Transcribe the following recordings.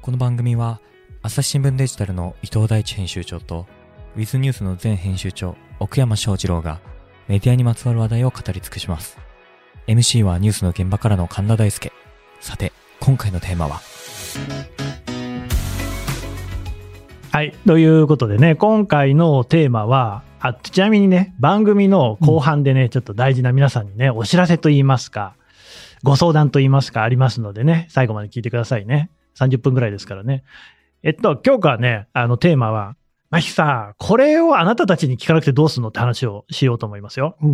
この番組は朝日新聞デジタルの伊藤大地編集長とウィズニュースの前編集長奥山翔二郎がメディアにまつわる話題を語り尽くします。 MC はニュースの現場からの神田大輔。さて今回のテーマは、 はい、ということでね、今回のテーマはちなみにね、番組の後半でね、ちょっと大事な皆さんにね、お知らせと言いますかご相談と言いますかありますのでね、最後まで聞いてくださいね。30分ぐらいですからね。今日からね、テーマは、マヒさ、これをあなたたちに聞かなくてどうすんのって話をしようと思いますよ。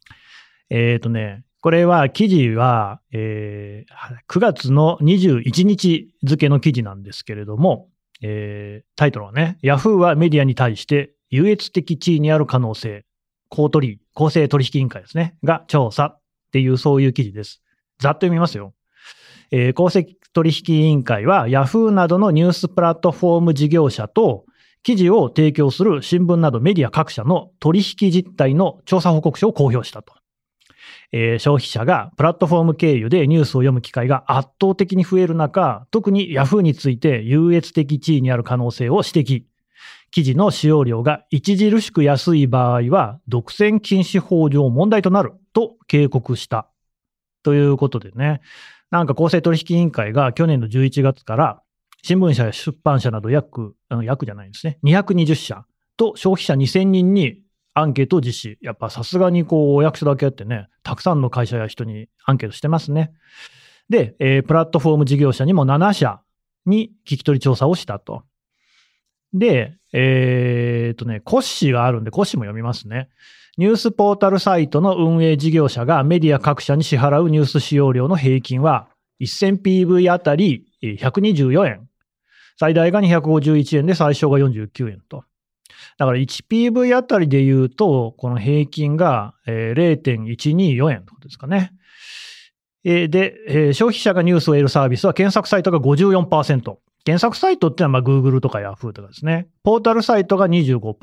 これは記事は、9月の21日付の記事なんですけれども、タイトルはね、ヤフーはメディアに対して優越的地位にある可能性、公正取引委員会ですね、が調査っていうそういう記事です。ざっと読みますよ。公正取引委員会はヤフーなどのニュースプラットフォーム事業者と記事を提供する新聞などメディア各社の取引実態の調査報告書を公表したと。消費者がプラットフォーム経由でニュースを読む機会が圧倒的に増える中、特にヤフーについて優越的地位にある可能性を指摘。記事の使用料が著しく安い場合は独占禁止法上問題となると警告した。ということでね、なんか公正取引委員会が去年の11月から新聞社や出版社など約じゃないですね、220社と消費者2000人にアンケートを実施。やっぱさすがにお役所だけあってね、たくさんの会社や人にアンケートしてますね。で、プラットフォーム事業者にも7社に聞き取り調査をしたと。で、コッシーがあるんで、コッシーも読みますね。ニュースポータルサイトの運営事業者がメディア各社に支払うニュース使用料の平均は 1000PV あたり124円。最大が251円で最小が49円と。だから 1PV あたりで言うと、この平均が 0.124 円ということですかね。で、消費者がニュースを得るサービスは検索サイトが 54%。検索サイトってのはGoogle とか Yahoo とかですね。ポータルサイトが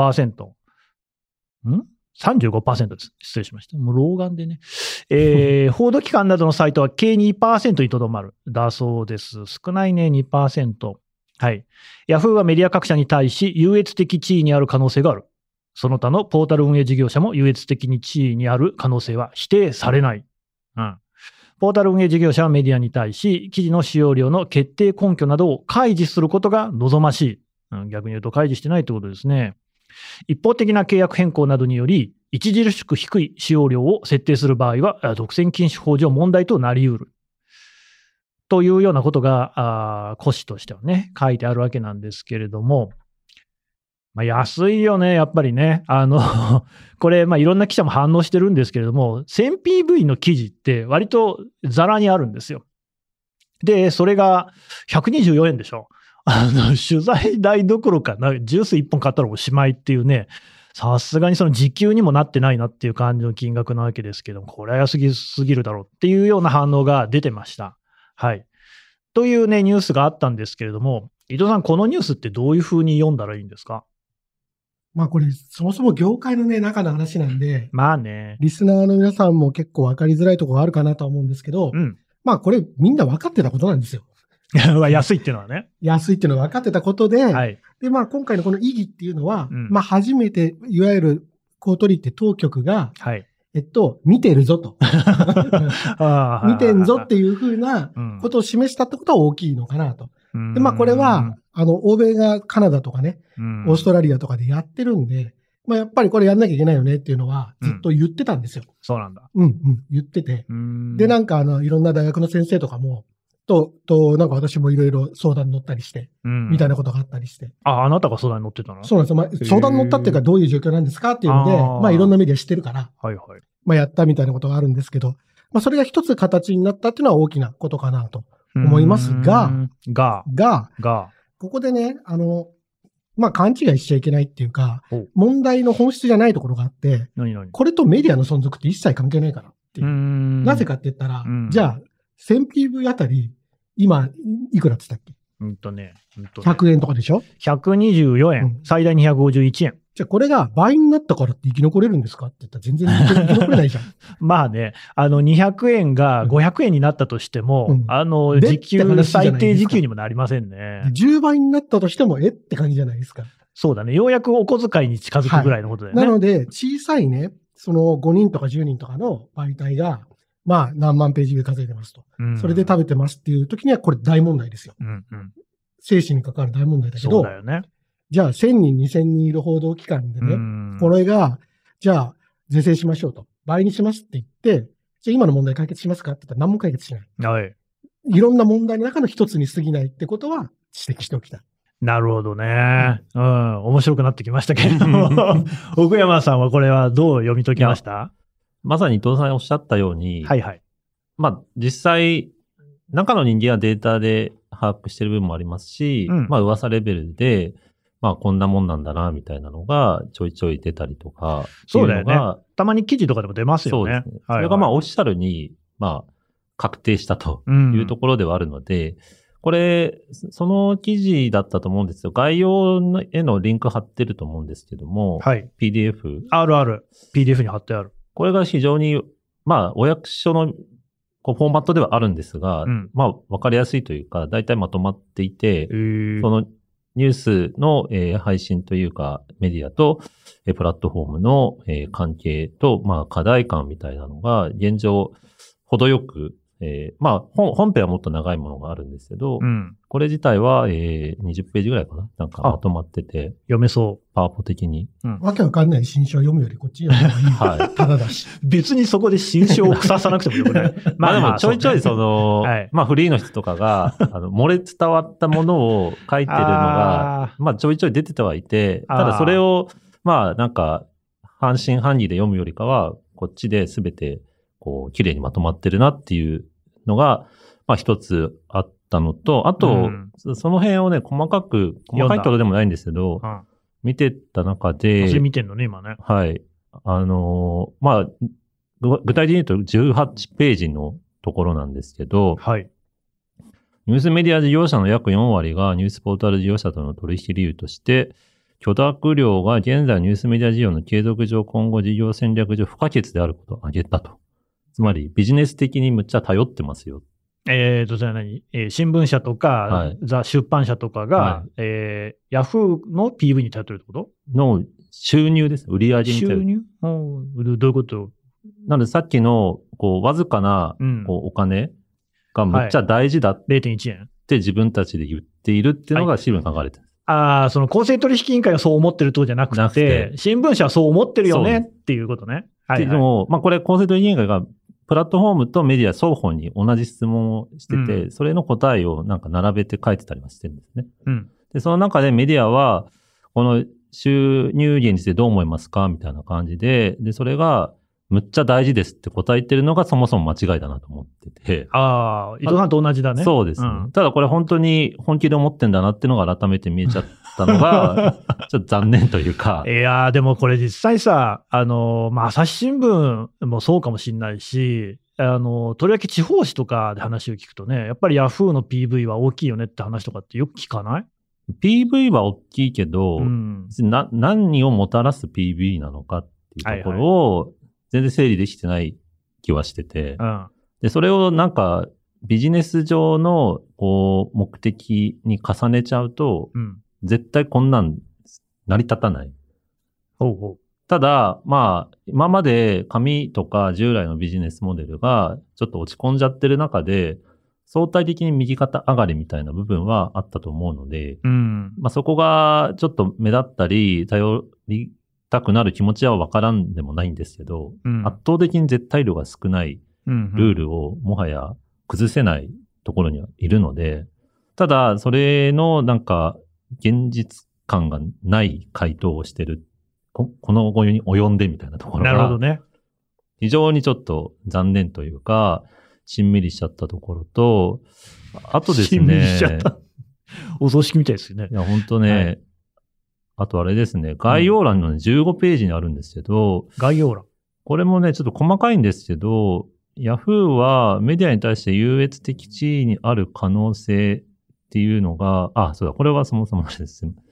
25%。35% です。失礼しました。もう老眼でね。報道機関などのサイトは計 2% にとどまる。だそうです。少ないね、2%。はい。ヤフーはメディア各社に対し優越的地位にある可能性がある。その他のポータル運営事業者も優越的に地位にある可能性は否定されない。ポータル運営事業者はメディアに対し、記事の使用料の決定根拠などを開示することが望ましい。逆に言うと開示してないということですね。一方的な契約変更などにより、著しく低い使用料を設定する場合は、独占禁止法上問題となり得る。というようなことが、コシとしてはね、書いてあるわけなんですけれども、安いよね、やっぱりね。これ、いろんな記者も反応してるんですけれども、1000PV の記事って割とザラにあるんですよ。で、それが124円でしょ。取材代どころかジュース1本買ったらおしまいっていうね、さすがにその時給にもなってないなっていう感じの金額なわけですけども、これは安すぎるだろうっていうような反応が出てました。はい。というね、ニュースがあったんですけれども、伊藤さん、このニュースってどういうふうに読んだらいいんですか？ これ、そもそも業界のね、中の話なんで、 ね。 リスナーの皆さんも結構分かりづらいところがあるかなとは思うんですけど、これみんな分かってたことなんですよ。 安いっていうのはね。 安いっていうのは分かってたことで、 はい。 で、今回のこの意義っていうのは、初めて、いわゆる公取引当局が、 はい。 見てるぞと。見てんぞっていうふうなことを示したってことは大きいのかなと。で、これは、欧米がカナダとかね、オーストラリアとかでやってるんで、やっぱりこれやんなきゃいけないよねっていうのはずっと言ってたんですよ。 そうなんだ。 言ってて。で、いろんな大学の先生とかも、私もいろいろ相談に乗ったりして、みたいなことがあったりして。 あなたが相談に乗ってたの？ そうなんですよ。相談に乗ったっていうかどういう状況なんですかっていうので、いろんなメディア知ってるから、 はいはい。 やったみたいなことがあるんですけど、それが一つ形になったっていうのは大きなことかなと思いますが、ここでね、勘違いしちゃいけないっていうか、問題の本質じゃないところがあって、これとメディアの存続って一切関係ないかなっていう。なぜかって言ったら、じゃあ、1000PV あたり、今、いくらって言ったっけ？100円とかでしょ？ 124円、最大251円。 じゃあこれが倍になったからって生き残れるんですかって言ったら全然生き残れないじゃん。 まあね、200円が500円になったとしても、時給、最低時給にもなりませんね。 10倍になったとしても、って感じじゃないですか。 そうだね。ようやくお小遣いに近づくぐらいのことだよね。 なので、小さいね、その5人とか10人とかの媒体が、まあ何万ページで稼いでますと。それで食べてますっていう時にはこれ大問題ですよ。生死に関わる大問題だけど、 そうだよね。 じゃあ1000人、2000人いる報道機関でね、これが、じゃあ是正しましょうと。倍にしますって言って、じゃあ今の問題解決しますかって言ったら何も解決しない。 はい。 いろんな問題の中の一つに過ぎないってことは指摘しておきたい。 なるほどね。面白くなってきましたけれども。奥山さんはこれはどう読み解きました？ まさに伊藤さんおっしゃったように、 はいはい。 まあ実際、中の人間はデータで把握している部分もありますし、まあ噂レベルで、まあこんなもんなんだな、みたいなのがちょいちょい出たりとか。 そうだよね。たまに記事とかでも出ますよね。 そうですね。それがまあオフィシャルに、まあ確定したというところではあるので、これ、その記事だったと思うんですよ。概要へのリンク貼ってると思うんですけども、 はい。 PDF。 ある。PDF に貼ってある。 これが非常に、まあお役所のフォーマットではあるんですが、まあわかりやすいというか、大体まとまっていて、そのニュースの、配信というかメディアと、プラットフォームの、関係と、まあ課題感みたいなのが現状程よく、まあ本編はもっと長いものがあるんですけど、これ自体は、20ページぐらいかな、なんかまとまってて読めそう。 パワポ的に、 わけわかんない新書を読むよりこっち読む方がいい。はい。ただだし。 別にそこで新書を腐さなくてもよくない。 まあでもちょいちょいその、はい、まあフリーの人とかが、漏れ伝わったものを書いてるのが、まあちょいちょい出ててはいて、ただそれを、まあなんか、半信半疑で読むよりかは、こっちで全て、こう、綺麗にまとまってるなっていうのが、まあ一つあったのと、あと、その辺をね、細かいところでもないんですけど、見てた中で、 それ見てんのね、今ね。 はい。まあ、具体的に言うと18ページのところなんですけど、 はい。 ニュースメディア事業者の約4割がニュースポータル事業者との取引理由として、許諾料が現在ニュースメディア事業の継続上今後事業戦略上不可欠であることを挙げたと。つまりビジネス的にむっちゃ頼ってますよ。 じゃあ何、新聞社とか、はい、ザ出版社とかが、はい、ヤフーの PV に頼ってるってことの収入です。売り上げに頼る。 収入？どういうこと？ なのでさっきの、こう、わずかな、こう、お金がむっちゃ大事だって、 0.1 円って自分たちで言っているっていうのが資料に書かれてる。 その公正取引委員会がそう思ってるってことじゃなくて、新聞社はそう思ってるよねっていうことね。 はい、はい。でも、まあこれ公正取引委員会がプラットフォームとメディア双方に同じ質問をしてて、それの答えをなんか並べて書いてたりはしてるんですね。で、その中でメディアは、この収入源についてどう思いますかみたいな感じで、で、それが、むっちゃ大事ですって答えてるのがそもそも間違いだなと思ってて。 伊藤さんと同じだね。 そうですね。ただこれ本当に本気で思ってんだなっていうのが改めて見えちゃったのが、ちょっと残念というか。 いやー、でもこれ実際さ、まあ、朝日新聞もそうかもしれないし、とりわけ地方紙とかで話を聞くとね、やっぱりヤフーの PV は大きいよねって話とかってよく聞かない？ PV は大きいけど、何をもたらす PV なのかっていうところを、全然整理できてない気はしてて。で、それをなんかビジネス上のこう目的に重ねちゃうと、絶対こんなん成り立たない。ただ、まあ、今まで紙とか従来のビジネスモデルがちょっと落ち込んじゃってる中で、相対的に右肩上がりみたいな部分はあったと思うので、まあそこがちょっと目立ったり、頼りたくなる気持ちはわからんでもないんですけど、圧倒的に絶対量が少ないルールをもはや崩せないところにはいるので、ただそれのなんか現実感がない回答をしてる、この後に及んでみたいなところが、 なるほどね。 非常にちょっと残念というか、しんみりしちゃったところと、あとですね。 しんみりしちゃった。お葬式みたいですよね。 いや、本当ね、はい、あとあれですね、概要欄の、ね、15ページにあるんですけど、 概要欄。 これもね、ちょっと細かいんですけど、ヤフーはメディアに対して優越的地位にある可能性っていうのが、そうだ、これはそもそもです。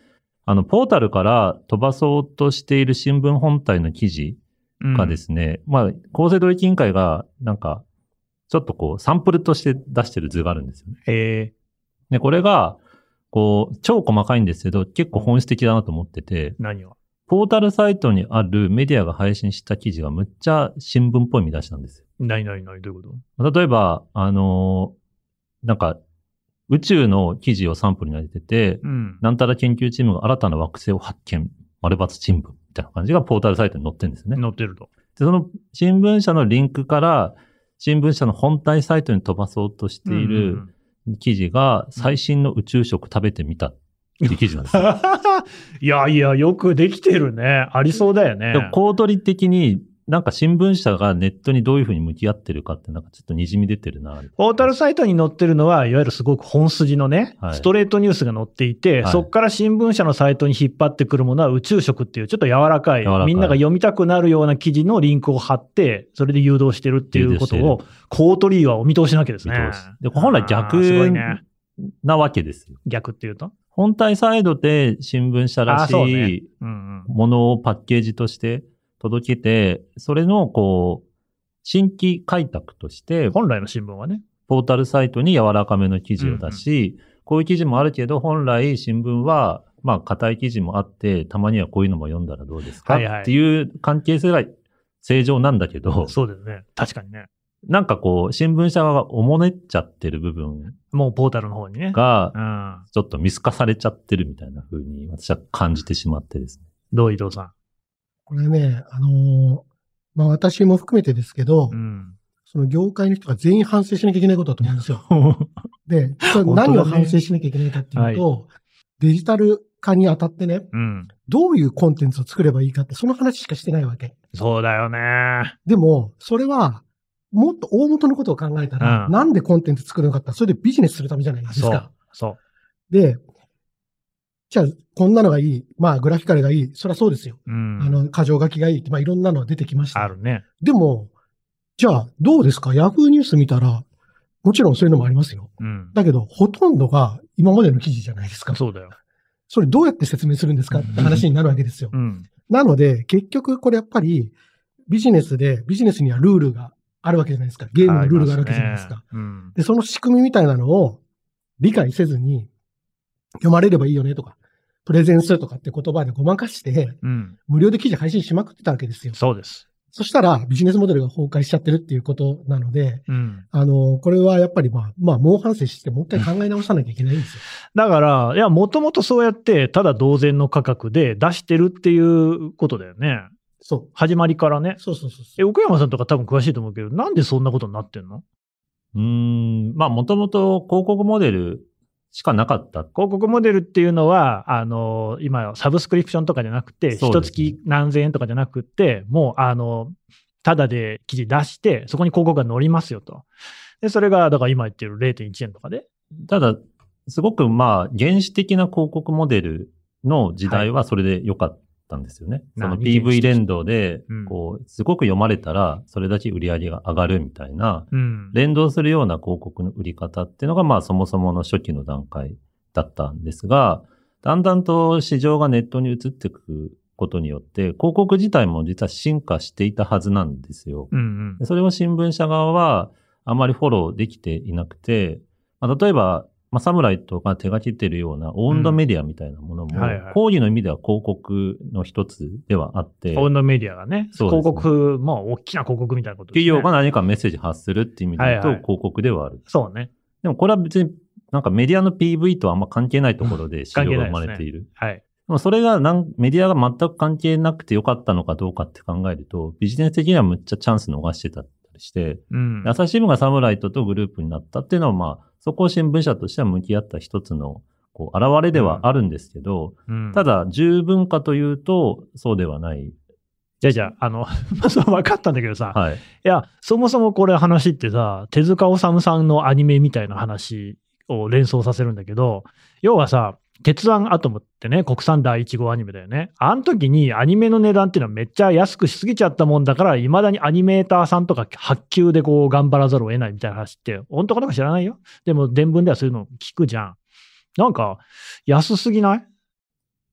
ポータルから飛ばそうとしている新聞本体の記事がですね、公正取引委員会が、なんか、ちょっとこう、サンプルとして出してる図があるんですよね。で、これが、こう、超細かいんですけど、結構本質的だなと思ってて、 何をポータルサイトにあるメディアが配信した記事がむっちゃ新聞っぽい見出しなんですよ。 どういうこと？ 例えば、なんか、宇宙の記事をサンプルに当ててて、なんたら研究チームが新たな惑星を発見、丸抜新聞みたいな感じがポータルサイトに載ってるんですよね。 載ってると。 で、その新聞社のリンクから、新聞社の本体サイトに飛ばそうとしている記事が、最新の宇宙食食べてみたっていう記事なんですよ。 いやいや、よくできてるね。ありそうだよね。 でも、小取り的に、なんか新聞社がネットにどういうふうに向き合ってるかってなんかちょっと滲み出てるな。 ポータルサイトに載ってるのは、いわゆるすごく本筋のね、ストレートニュースが載っていて、そこから新聞社のサイトに引っ張ってくるものは宇宙食っていうちょっと柔らかい、みんなが読みたくなるような記事のリンクを貼って、それで誘導してるっていうことを、コートリーはお見通しなわけですね。 で、本来逆なわけですよ。 逆っていうと本体サイドで新聞社らしいものをパッケージとして届けて、それのこう、新規開拓として、 本来の新聞はね、 ポータルサイトに柔らかめの記事を出し、こういう記事もあるけど、本来新聞は、硬い記事もあって、たまにはこういうのも読んだらどうですか、っていう関係性が正常なんだけど、 そうですね。確かにね。 なんかこう、新聞社側がおもねっちゃってる部分。 もうポータルの方にね。 が、ちょっと見透かされちゃってるみたいな風に私は感じてしまってですね。 どう伊藤さん。 これね、私も含めてですけど、その業界の人が全員反省しなきゃいけないことだと思うんですよ。で、何を反省しなきゃいけないかっていうと、デジタル化にあたってね、どういうコンテンツを作ればいいかって、その話しかしてないわけ。 そうだよね。 でも、それは、もっと大元のことを考えたら、なんでコンテンツ作るのかって、それでビジネスするためじゃないですか。 そう。 で、じゃあ、こんなのがいい。グラフィカルがいい。そりゃそうですよ。箇条書きがいいって、いろんなの出てきました。 あるね。 でも、じゃあ、どうですか？ヤフーニュース見たら、もちろんそういうのもありますよ。だけど、ほとんどが今までの記事じゃないですか。 そうだよ。 それどうやって説明するんですかって話になるわけですよ。なので、結局これやっぱり、ビジネスにはルールがあるわけじゃないですか。ゲームのルールがあるわけじゃないですか。で、その仕組みみたいなのを理解せずに、読まれればいいよねとか、プレゼンするとかって言葉でごまかして、無料で記事配信しまくってたわけですよ。 そうです。 そしたらビジネスモデルが崩壊しちゃってるっていうことなので、これはやっぱり猛反省してもう一回考え直さなきゃいけないんですよ。 だから、いや、もともとそうやって、ただ同然の価格で出してるっていうことだよね。 そう。 始まりからね。 そう。 奥山さんとか多分詳しいと思うけど、なんでそんなことになってんの？ もともと広告モデルしかなかった。 広告モデルっていうのは、今、サブスクリプションとかじゃなくて、一月何千円とかじゃなくて、もう、ただで記事出して、そこに広告が載りますよと。で、それが、だから今言ってる 0.1 円とかで。 ただ、すごく原始的な広告モデルの時代はそれで良かったんですよね。その PV 連動で、すごく読まれたら、それだけ売り上げが上がるみたいな、連動するような広告の売り方っていうのが、そもそもの初期の段階だったんですが、だんだんと市場がネットに移っていくことによって、広告自体も実は進化していたはずなんですよ。それを新聞社側はあまりフォローできていなくて、例えば、サムライとか手がけてるようなオウンドメディアみたいなものも、講義の意味では広告の一つではあって。 オウンドメディアがね、広告、大きな広告みたいなことですね。 企業が何かメッセージ発するっていう意味で言うと広告ではある。 そうね。 でもこれは別になんかメディアの PV とはあんま関係ないところで市場が生まれている。でもそれがメディアが全く関係なくてよかったのかどうかって考えると、ビジネス的にはむっちゃチャンス逃してたりして、朝日新聞がサムライトとグループになったっていうのはそこを新聞社としては向き合った一つの現れではあるんですけど、ただ十分かというとそうではない。 じゃあ、そう分かったんだけどさ、いや、そもそもこれ話ってさ、手塚治虫さんのアニメみたいな話を連想させるんだけど、要はさ、鉄腕アトムってね、国産第1号アニメだよね。あの時にアニメの値段っていうのはめっちゃ安くしすぎちゃったもんだから、未だにアニメーターさんとか発注で頑張らざるを得ないみたいな話って、本当かどうか知らないよ。でも伝聞ではそういうの聞くじゃん。なんか、安すぎない？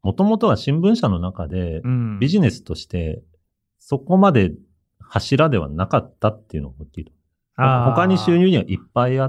もともとは新聞社の中でビジネスとしてそこまで柱ではなかったっていうのが大きいと。他に収入にはいっぱいあって、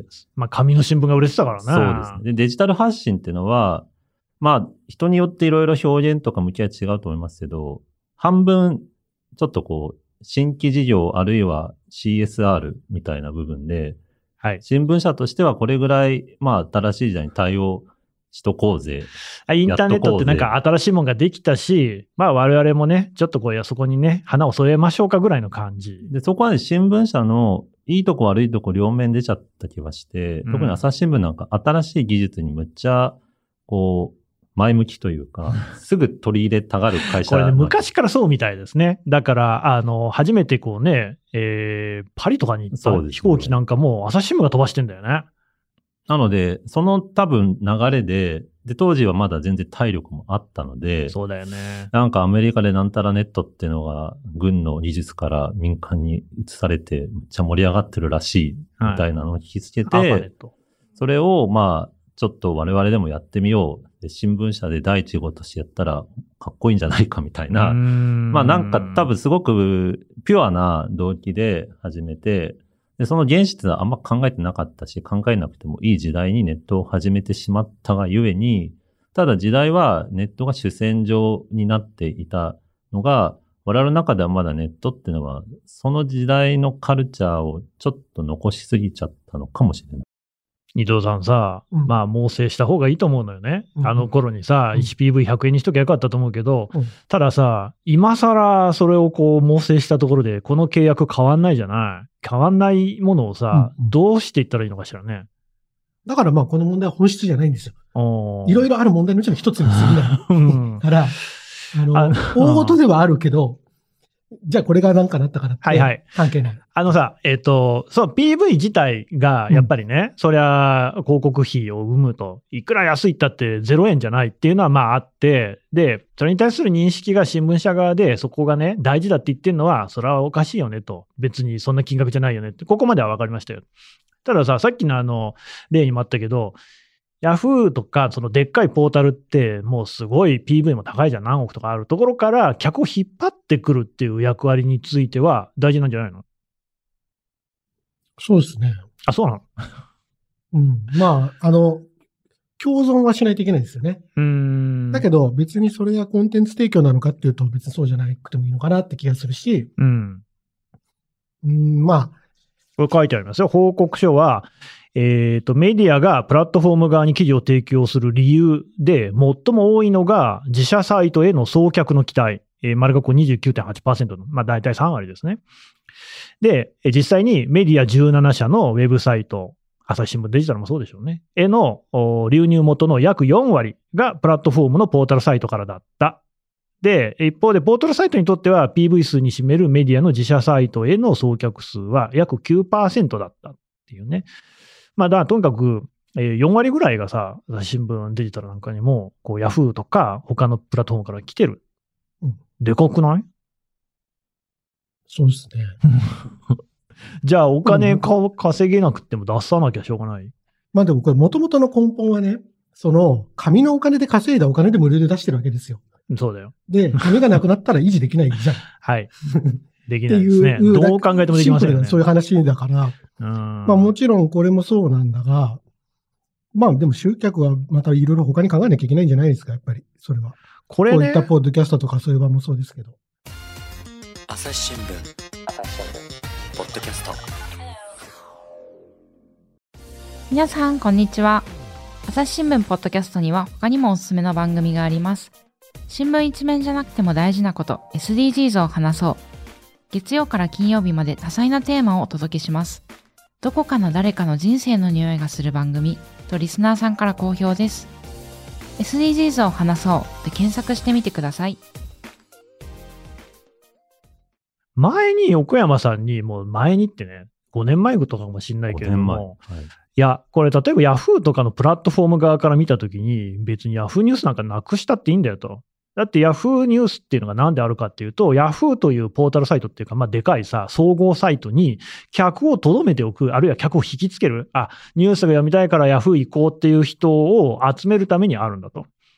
まあ紙の新聞が売れてたからね。 そうですね。で、デジタル発信っていうのは、まあ人によっていろいろ表現とか向き合い違うと思いますけど、半分ちょっとこう新規事業あるいは CSR みたいな部分で、はい、新聞社としてはこれぐらいまあ新しい時代に対応しとこうぜ。 インターネットってなんか新しいものができたし、まあ我々もね、ちょっとこうそこにね、花を添えましょうかぐらいの感じ。 で、そこはね、新聞社のいいとこ悪いとこ両面出ちゃった気がして、特に朝日新聞なんか新しい技術にむっちゃ、こう、前向きというか、すぐ取り入れたがる会社。 これね、昔からそうみたいですね。だから、初めてこうね、パリとかに行った飛行機なんかも朝日新聞が飛ばしてんだよね。 なので、その多分流れで、当時はまだ全然体力もあったので、 そうだよね。 なんかアメリカでなんたらネットっていうのが軍の技術から民間に移されて、めっちゃ盛り上がってるらしいみたいなのを聞きつけて、それをまあ、ちょっと我々でもやってみよう。で新聞社で第一号としてやったらかっこいいんじゃないかみたいな。まあなんか多分すごくピュアな動機で始めて、で、その原資はあんま考えてなかったし、考えなくてもいい時代にネットを始めてしまったがゆえに、ただ時代はネットが主戦場になっていたのが、我々の中ではまだネットっていうのは、その時代のカルチャーをちょっと残しすぎちゃったのかもしれない。 二藤さんさ、まあ、猛省した方がいいと思うのよね。あの頃にさ、1PV100 円にしときゃよかったと思うけど、たださ、今更それをこう、猛省したところで、この契約変わんないじゃない。変わんないものをさ、どうしていったらいいのかしらね。 だからまあ、この問題は本質じゃないんですよ。いろいろある問題のうちの一つに過ぎない。から、大事ではあるけど、じゃあこれが何かなったからって関係ない。 そう、PV 自体がやっぱりね、そりゃ広告費を生むと、いくら安いったって0円じゃないっていうのはまああって、で、それに対する認識が新聞社側で、そこがね、大事だって言ってるのは、それはおかしいよねと。別にそんな金額じゃないよねって、ここまでは分かりましたよ。たださ、さっきの例にもあったけど、ヤフーとか、そのでっかいポータルって、もうすごい PV も高いじゃん、何億とかあるところから、客を引っ張ってくるっていう役割については大事なんじゃないの？ そうですね。 あ、そうなの？まあ、共存はしないといけないですよね。だけど、別にそれがコンテンツ提供なのかっていうと、別にそうじゃなくてもいいのかなって気がするし、まあ。 これ書いてありますよ。報告書は、メディアがプラットフォーム側に記事を提供する理由で、最も多いのが自社サイトへの送客の期待。丸括弧 29.8% の、まあ大体3割ですね。で、実際にメディア17社のウェブサイト、朝日新聞デジタルもそうでしょうね。への流入元の約4割がプラットフォームのポータルサイトからだった。で、一方でポータルサイトにとっては PV 数に占めるメディアの自社サイトへの送客数は約 9% だったっていうね。まあ、だからとにかく、4割ぐらいがさ、新聞、デジタルなんかにも、こう、ヤフーとか、他のプラットフォームから来てる。でかくない？ そうですね。 じゃあ、お金稼げなくても出さなきゃしょうがない。 まあでもこれ、元々の根本はね、その、紙のお金で稼いだお金で無料で出してるわけですよ。 そうだよ。 で、紙がなくなったら維持できないじゃん。 はい。できないですね。どう考えてもできませんよね。 そういう話だから。まあもちろんこれもそうなんだが、まあでも集客はまたいろいろ他に考えなきゃいけないんじゃないですか、やっぱり。それは。 これね。 こういったポッドキャストとかそういう場もそうですけど。 朝日新聞。ポッドキャスト。 皆さん、こんにちは。朝日新聞ポッドキャストには他にもおすすめの番組があります。新聞一面じゃなくても大事なこと、SDGs を話そう。月曜から金曜日まで多彩なテーマをお届けします。どこかの誰かの人生の匂いがする番組とリスナーさんから好評です。SDGs を話そうで検索してみてください。 前に奥山さんに、もう前にってね、5年前とかかもしれないけれども、いや、これ例えばヤフーとかのプラットフォーム側から見たときに、別にヤフーニュースなんかなくしたっていいんだよと。だってヤフーニュースっていうのが何であるかっていうと、ヤフーというポータルサイトっていうか、まあでかいさ、総合サイトに客を留めておく、あるいは客を引きつける、ニュースが読みたいからヤフー行こうっていう人を集めるためにあるんだと。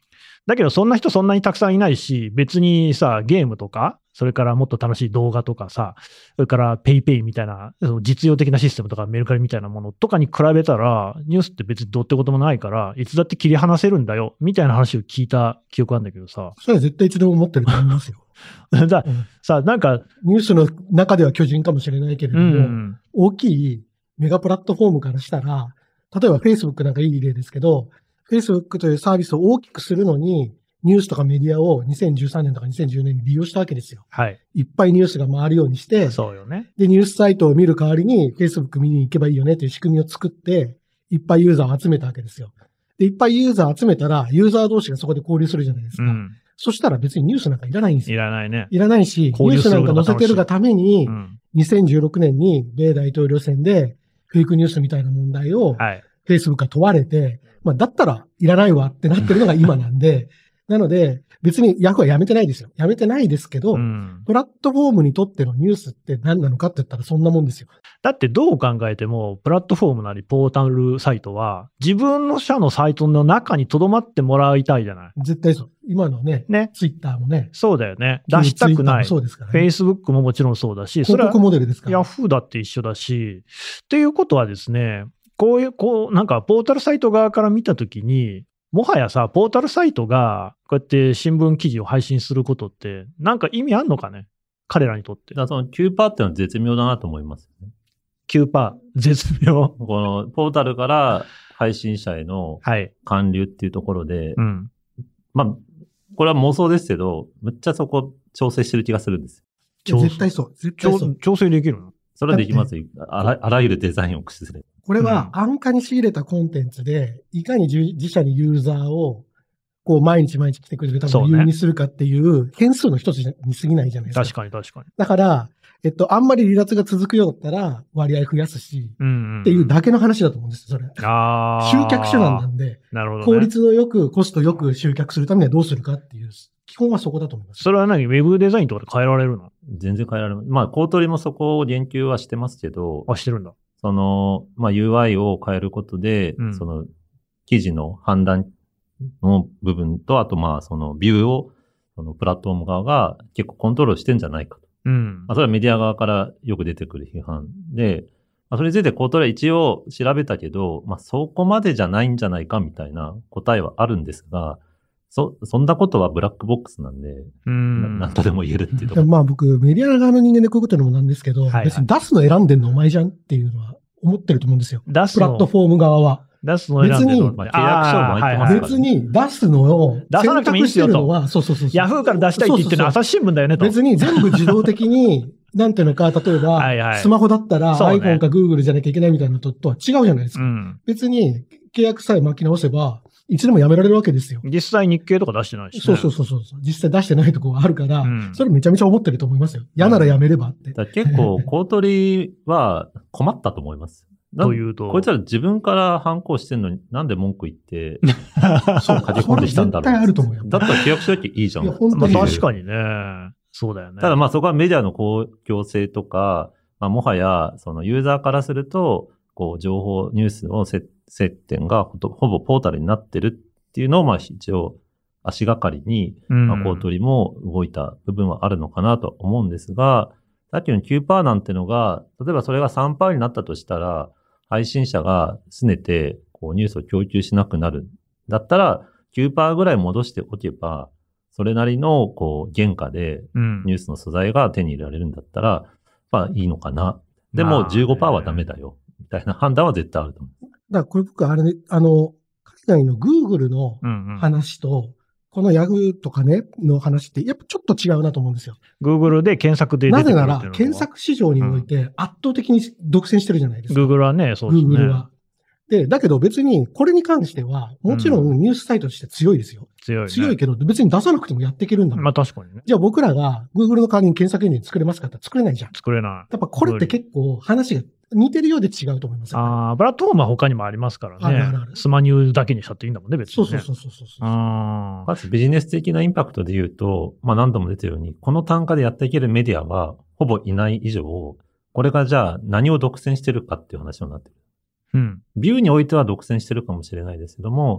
だけどそんな人そんなにたくさんいないし、別にさ、ゲームとか、それからもっと楽しい動画とかさ、それからペイペイみたいな、その実用的なシステムとかメルカリみたいなものとかに比べたら、ニュースって別にどうってこともないから、いつだって切り離せるんだよ、みたいな話を聞いた記憶あるんだけどさ。 それは絶対一度も持ってると思いますよ。 さ、なんか。 ニュースの中では巨人かもしれないけれども、大きいメガプラットフォームからしたら、例えば Facebook なんかいい例ですけど、Facebook というサービスを大きくするのに、ニュースとかメディアを2013年とか2010年に利用したわけですよ。 はい。 いっぱいニュースが回るようにして、 そうよね。 で、ニュースサイトを見る代わりに Facebook 見に行けばいいよねという仕組みを作って、いっぱいユーザーを集めたわけですよ。で、いっぱいユーザーを集めたら、ユーザー同士がそこで交流するじゃないですか。そしたら別にニュースなんかいらないんですよ。 いらないね。 いらないし、ニュースなんか載せてるがために、2016年に米大統領選でフェイクニュースみたいな問題を、Facebook が問われて、まあ、だったらいらないわってなってるのが今なんで、なので、別にヤフーはやめてないですよ。やめてないですけど、プラットフォームにとってのニュースって何なのかって言ったらそんなもんですよ。 だってどう考えても、プラットフォームなりポータルサイトは、自分の社のサイトの中に留まってもらいたいじゃない。 絶対そう。今のね、ツイッターもね。 そうだよね。出したくない。 そうですからね。 Facebook ももちろんそうだし、 広告モデルですから。 ヤフーだって一緒だし、っていうことはですね、なんかポータルサイト側から見たときに、もはやさ、ポータルサイトが、こうやって新聞記事を配信することって、なんか意味あんのかね、彼らにとって。 だからその 9% っていうのは絶妙だなと思いますね。 9%、絶妙。 このポータルから配信者への還流っていうところで、まあ、これは妄想ですけど、むっちゃそこ調整してる気がするんです。 絶対そう。絶対そう。 調整できるの？ それはできますよ。あらゆるデザインを駆使する。 これは安価に仕入れたコンテンツで、いかに自社にユーザーを、こう、毎日来てくれるために理由にするかっていう、変数の一つに過ぎないじゃないですか。 確かに。 だから、あんまり離脱が続くようだったら、割合増やすし、っていうだけの話だと思うんですよ、それ。集客手段なんで、 なるほどね、 効率のよく、コストよく集客するためにはどうするかっていう、基本はそこだと思います。 それは何？ウェブデザインとかで変えられるの？ 全然変えられます。まあ、コートリもそこを言及はしてますけど、 してるんだ。 まあ、UI を変えることで、その、記事の判断の部分と、あと、まあ、その、ビューを、その、プラットフォーム側が結構コントロールしてんじゃないかと。まあ、それはメディア側からよく出てくる批判で、まあ、それについてコートリは一応調べたけど、まあ、そこまでじゃないんじゃないかみたいな答えはあるんですが、そんなことはブラックボックスなんで、なんとでも言えるっていうところ。 まあ僕、メディア側の人間でこういうこともなんですけど、別に出すの選んでんのお前じゃんっていうのは思ってると思うんですよ。プラットフォーム側は。 出すの選んでるの。 契約書も入ってますから、 別に出すのを出さなくてもいいんですよと。 そう。 ヤフーから出したいって言ってるのは朝日新聞だよねと。 別に全部自動的に、なんていうのか、例えば、スマホだったら iPhone か Google じゃなきゃいけないみたいなのとは違うじゃないですか。別に契約さえ巻き直せば、いつでもやめられるわけですよ。 実際日経とか出してないし、 ね。そう。実際出してないとこがあるから、それめちゃめちゃ思ってると思いますよ。嫌ならやめればって。 結構、公取は困ったと思います。 というと。 こいつら自分から反抗してんのになんで文句言って、そう書き込んできたんだろう。絶対あると思うよ。 だったら契約しなきゃいいじゃん。 まあ確かにね。そうだよね。 ただまあそこはメディアの公共性とか、まあもはや、そのユーザーからすると、こう情報、ニュースの接点がほぼポータルになってるっていうのを、まあ一応足がかりに、まあ公取も動いた部分はあるのかなと思うんですが、さっきの 9% なんてのが、例えばそれが 3% になったとしたら、配信者が拗ねて、こうニュースを供給しなくなる。だったら 9% ぐらい戻しておけば、それなりの、こう、原価で、ニュースの素材が手に入れられるんだったら、まあいいのかな。でも 15% はダメだよ。みたいな判断は絶対あると思う。 だからこれ僕、あれね、海外の Google の話と、この Yahoo とかね、の話って、やっぱちょっと違うなと思うんですよ。 Google で検索で出てくるっていうのは。 なぜなら、検索市場において圧倒的に独占してるじゃないですか。 Google はね、そうですね。 Google は。で、だけど別に、これに関しては、もちろんニュースサイトとして強いですよ。強いけど、別に出さなくてもやっていけるんだもん。 まあ確かにね。 じゃあ僕らが Google の代わりに検索エンジン作れますかって作れないじゃん。 作れない。 やっぱこれって結構話が似てるようで違うと思いますよ、 ね。プラットフォームは他にもありますからね。あるスマニューだけにしたっていいんだもんね、別に、ね。 そう。 まずビジネス的なインパクトで言うと、まあ何度も出てるように、この単価でやっていけるメディアはほぼいない以上、これがじゃあ何を独占してるかっていう話になってる。ビューにおいては独占してるかもしれないですけども、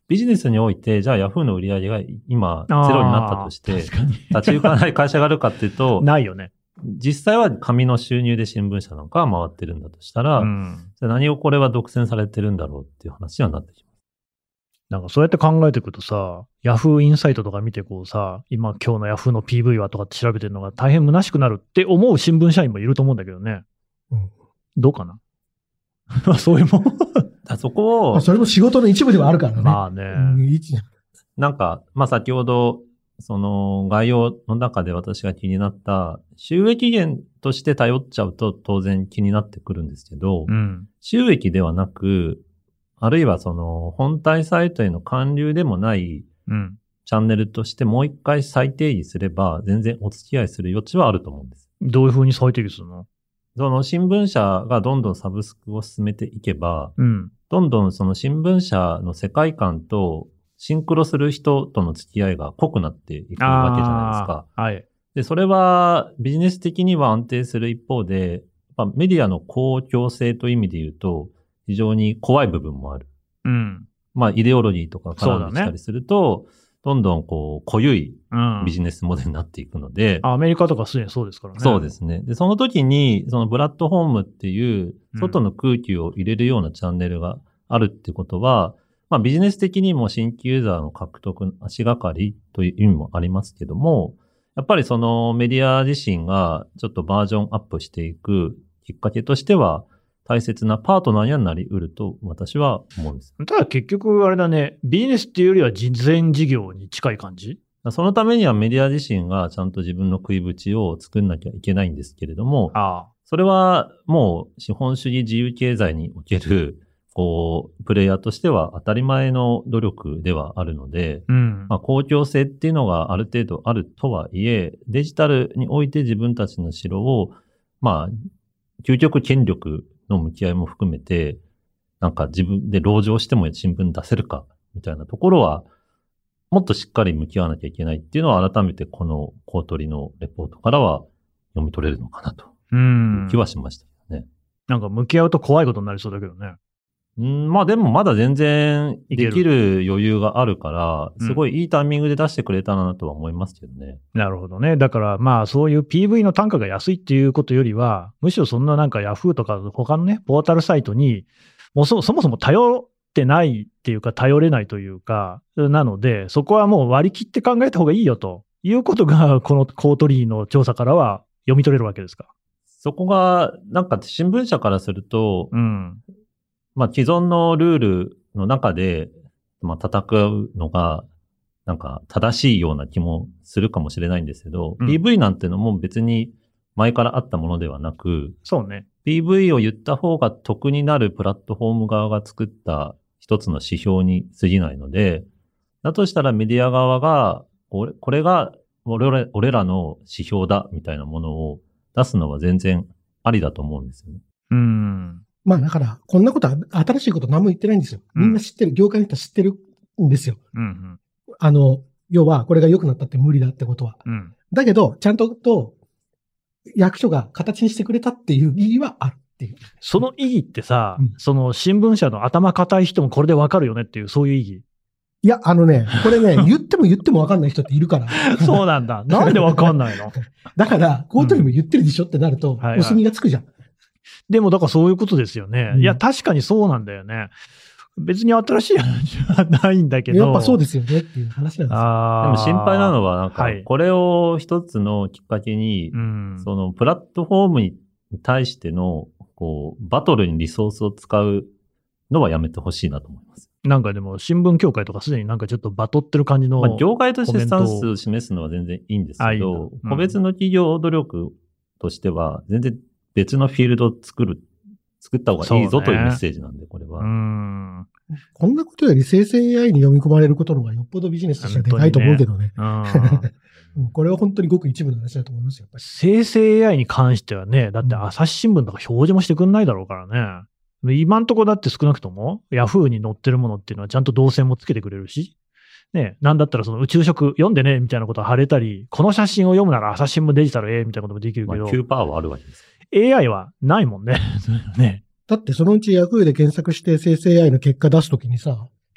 ビジネスにおいて、じゃあ Yahoo の売り上げが今ゼロになったとして、立ち行かない会社があるかっていうと、 ないよね。 実際は紙の収入で新聞社なんかは回ってるんだとしたら、じゃあ何をこれは独占されてるんだろうっていう話にはなってきます。 なんかそうやって考えていくとさ、Yahoo インサイトとか見てこうさ、今日の Yahoo の PV はとかって調べてるのが大変虚しくなるって思う新聞社員もいると思うんだけどね。どうかなそういうもんそこを。 それも仕事の一部ではあるからね。 まあね。 なんか、先ほど、その概要の中で私が気になった収益源として頼っちゃうと当然気になってくるんですけど、収益ではなく、あるいはその本体サイトへの還流でもないチャンネルとしてもう一回再定義すれば全然お付き合いする余地はあると思うんです。 どういうふうに再定義するの？ その新聞社がどんどんサブスクを進めていけば、どんどんその新聞社の世界観とシンクロする人との付き合いが濃くなっていくわけじゃないですか。 はい。 で、それはビジネス的には安定する一方で、メディアの公共性という意味で言うと、非常に怖い部分もある。イデオロギーとか絡んできたりすると、どんどん濃ゆいビジネスモデルになっていくので。 アメリカとかすでにそうですからね。 そうですね。で、その時に、そのプラットフォームっていう、外の空気を入れるようなチャンネルがあるってことは、ビジネス的にも新規ユーザーの獲得足がかりという意味もありますけども、やっぱりそのメディア自身がちょっとバージョンアップしていくきっかけとしては、大切なパートナーにはなり得ると私は思うんです。 ただ結局あれだね、ビジネスっていうよりは慈善事業に近い感じ？ そのためにはメディア自身がちゃんと自分の食い縁を作んなきゃいけないんですけれども、それはもう資本主義自由経済におけるプレイヤーとしては当たり前の努力ではあるので、公共性っていうのがある程度あるとはいえ、デジタルにおいて自分たちの城を、究極権力の向き合いも含めて、なんか自分で籠城しても新聞出せるか、みたいなところは、もっとしっかり向き合わなきゃいけないっていうのは改めてこの公取のレポートからは読み取れるのかなという気はしましたね。 なんか向き合うと怖いことになりそうだけどね。 でもまだ全然できる余裕があるから、すごいいいタイミングで出してくれたなとは思いますけどね。 なるほどね。だからそういう PV の単価が安いっていうことよりは、むしろそんななんか Yahoo とか他のね、ポータルサイトに、もうそもそも頼ってないっていうか頼れないというか、なので、そこはもう割り切って考えた方がいいよということが、このコートリーの調査からは読み取れるわけですか。 そこが、なんか新聞社からすると、既存のルールの中で、戦うのが、なんか正しいような気もするかもしれないんですけど、PV なんてのも別に前からあったものではなく、 そうね。 PV を言った方が得になるプラットフォーム側が作った一つの指標に過ぎないので、だとしたらメディア側が、これが俺らの指標だみたいなものを出すのは全然ありだと思うんですよね。 だから、こんなことは新しいこと何も言ってないんですよ。みんな知ってる、業界の人は知ってるんですよ。要は、これが良くなったって無理だってことは。だけど、ちゃんと役所が形にしてくれたっていう意義はあるっていう。 その意義ってさ、その新聞社の頭固い人もこれでわかるよねっていう、そういう意義。 いや、これね、言ってもわかんない人っているから。 そうなんだ。なんでわかんないの？ だから、コートにも言ってるでしょってなると、お墨がつくじゃん。 でも、だからそういうことですよね。いや、確かにそうなんだよね。別に新しい話はないんだけど。 やっぱそうですよねっていう話なんですよ。でも心配なのは、なんか、これを一つのきっかけに、そのプラットフォームに対しての、バトルにリソースを使うのはやめてほしいなと思います。 なんかでも、新聞協会とかすでになんかちょっとバトってる感じの。 業界としてスタンスを示すのは全然いいんですけど、個別の企業努力としては、全然別のフィールドを作った方がいいぞというメッセージなんで、これは。 こんなことより生成 AI に読み込まれることの方がよっぽどビジネスとしてはでかいと思うけどね。これは本当にごく一部の話だと思いますよ。 生成 AI に関してはね、だって朝日新聞とか表示もしてくんないだろうからね。今んとこだって少なくとも、ヤフーに載ってるものっていうのはちゃんと動線もつけてくれるし、ね、なんだったらその宇宙食読んでね、みたいなことを貼れたり、この写真を読むなら朝日新聞デジタルみたいなこともできるけど。 9% はあるわけです。 AI はないもんね。 だってそのうちヤフーで検索して生成 AI の結果出すときにさ、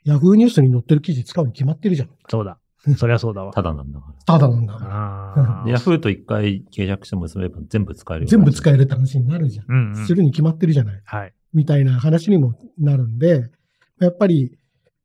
ヤフーニュースに載ってる記事使うに決まってるじゃん。 そうだ。そりゃそうだわ。 ただなんだから。 ただなんだから。 ヤフーと一回契約して結べば全部使えるよ。 全部使えるって話になるじゃん。 うんうん、 するに決まってるじゃない。 はい。 みたいな話にもなるんで、やっぱり、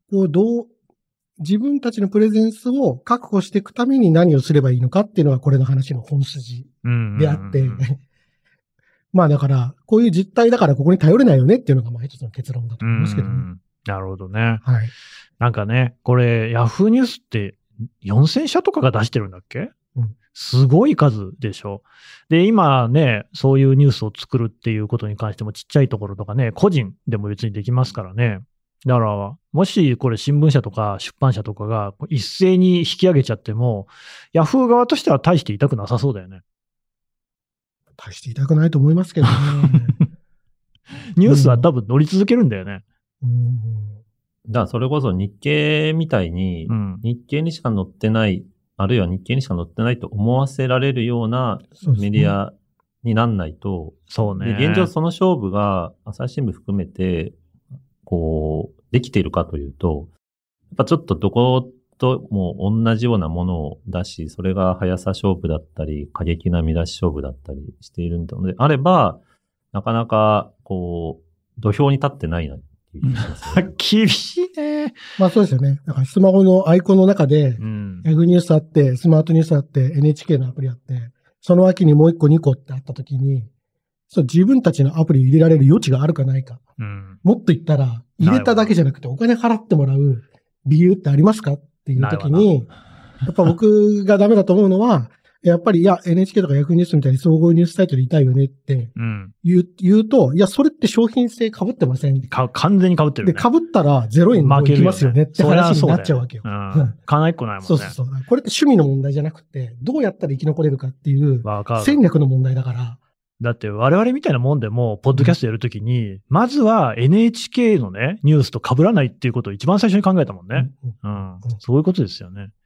自分たちのプレゼンスを確保していくために何をすればいいのかっていうのがこれの話の本筋であって、まあだから、こういう実態だからここに頼れないよねっていうのがまあ一つの結論だと思いますけどね。 なるほどね。 はい。 なんかね、これ、ヤフーニュースって4000社とかが出してるんだっけ？すごい数でしょ。で、今ね、そういうニュースを作るっていうことに関してもちっちゃいところとかね、個人でも別にできますからね。だから、もしこれ新聞社とか出版社とかが一斉に引き上げちゃっても、ヤフー側としては大して痛くなさそうだよね。 大して痛くないと思いますけどね。 ニュースは多分乗り続けるんだよね。 だからそれこそ日経みたいに、日経にしか載ってない、あるいは日経にしか載ってないと思わせられるようなメディアになんないと、 そうね。 現状その勝負が朝日新聞含めて、できているかというと、やっぱちょっとどことも同じようなものを出し、それが速さ勝負だったり、過激な見出し勝負だったりしているのであれば、なかなか、土俵に立ってないなっていう気がしますね。 厳しいね。 まあそうですよね。だからスマホのアイコンの中で、ヤフーニュースあって、スマートニュースあって、NHK のアプリあって、その脇にもう1個2個ってあったときに、自分たちのアプリ入れられる余地があるかないか。もっと言ったら、入れただけじゃなくてお金払ってもらう理由ってありますかっていうときに、やっぱ僕がダメだと思うのは、やっぱり、NHK とかヤフーニュースみたいに総合ニュースサイトでいたいよねって言うと、それって商品性被ってません？ 完全に被ってる、ね。 で、被ったら0円負けきますよねって話になっちゃうわけよ。 金一個ないもんね。 そう。これって趣味の問題じゃなくて、どうやったら生き残れるかっていう戦略の問題だから。 だって我々みたいなもんでも、ポッドキャストやるときに、まずは NHK のね、ニュースと被らないっていうことを一番最初に考えたもんね。そういうことですよね。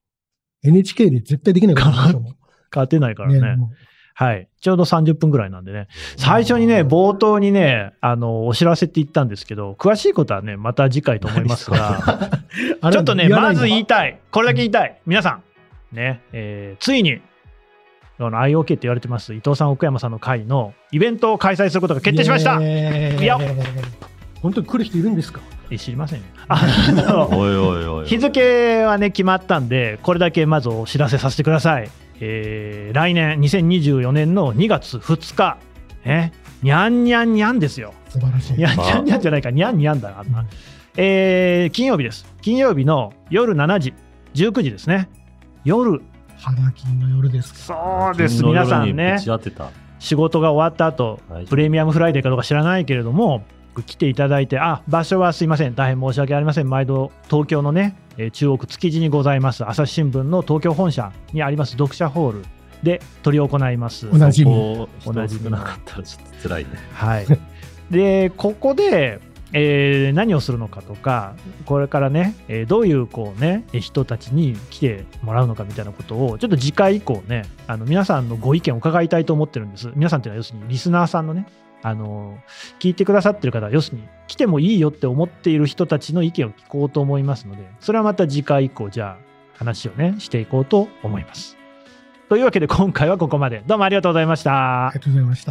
NHK で絶対できないからね。 勝てないからね。はい。ちょうど30分くらいなんでね。最初にね、冒頭にね、お知らせって言ったんですけど、詳しいことはね、また次回と思いますが、ちょっとね、まず言いたい。これだけ言いたい。皆さん、ね、ついに、IOK って言われてます伊藤さん奥山さんの会のイベントを開催することが決定しました。いや本当に来る人いるんですか？ 知りません。 おい日付はね決まったんで、これだけまずお知らせさせてください。来年2024年の2月2日にゃんにゃんにゃんですよ。 素晴らしい。 にゃんにゃんにゃんじゃないか、にゃんにゃんだな、金曜日です。金曜日の夜7時19時ですね。夜花金の夜ですか。そうです。皆さんね、仕事が終わった後、プレミアムフライデーかどうか知らないけれども、来ていただいて、場所はすいません、大変申し訳ありません。毎度東京のね、中央区築地にございます朝日新聞の東京本社にあります読者ホールで執り行います。 同じみなかったらちょっと辛いね。 はい。で、ここで何をするのかとか、これからね、どういう人たちに来てもらうのかみたいなことをちょっと次回以降ね、皆さんのご意見を伺いたいと思ってるんです。皆さんっていうのは要するにリスナーさんのね、聞いてくださってる方は要するに来てもいいよって思っている人たちの意見を聞こうと思いますので、それはまた次回以降じゃあ話をねしていこうと思います。というわけで今回はここまで。どうもありがとうございました。 ありがとうございました。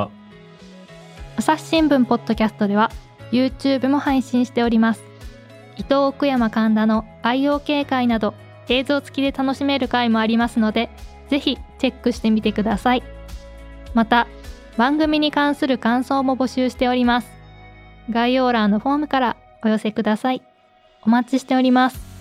朝日新聞ポッドキャストではYouTube も配信しております。伊藤奥山神田の IOK 会など映像付きで楽しめる回もありますので、ぜひチェックしてみてください。また番組に関する感想も募集しております。概要欄のフォームからお寄せください。お待ちしております。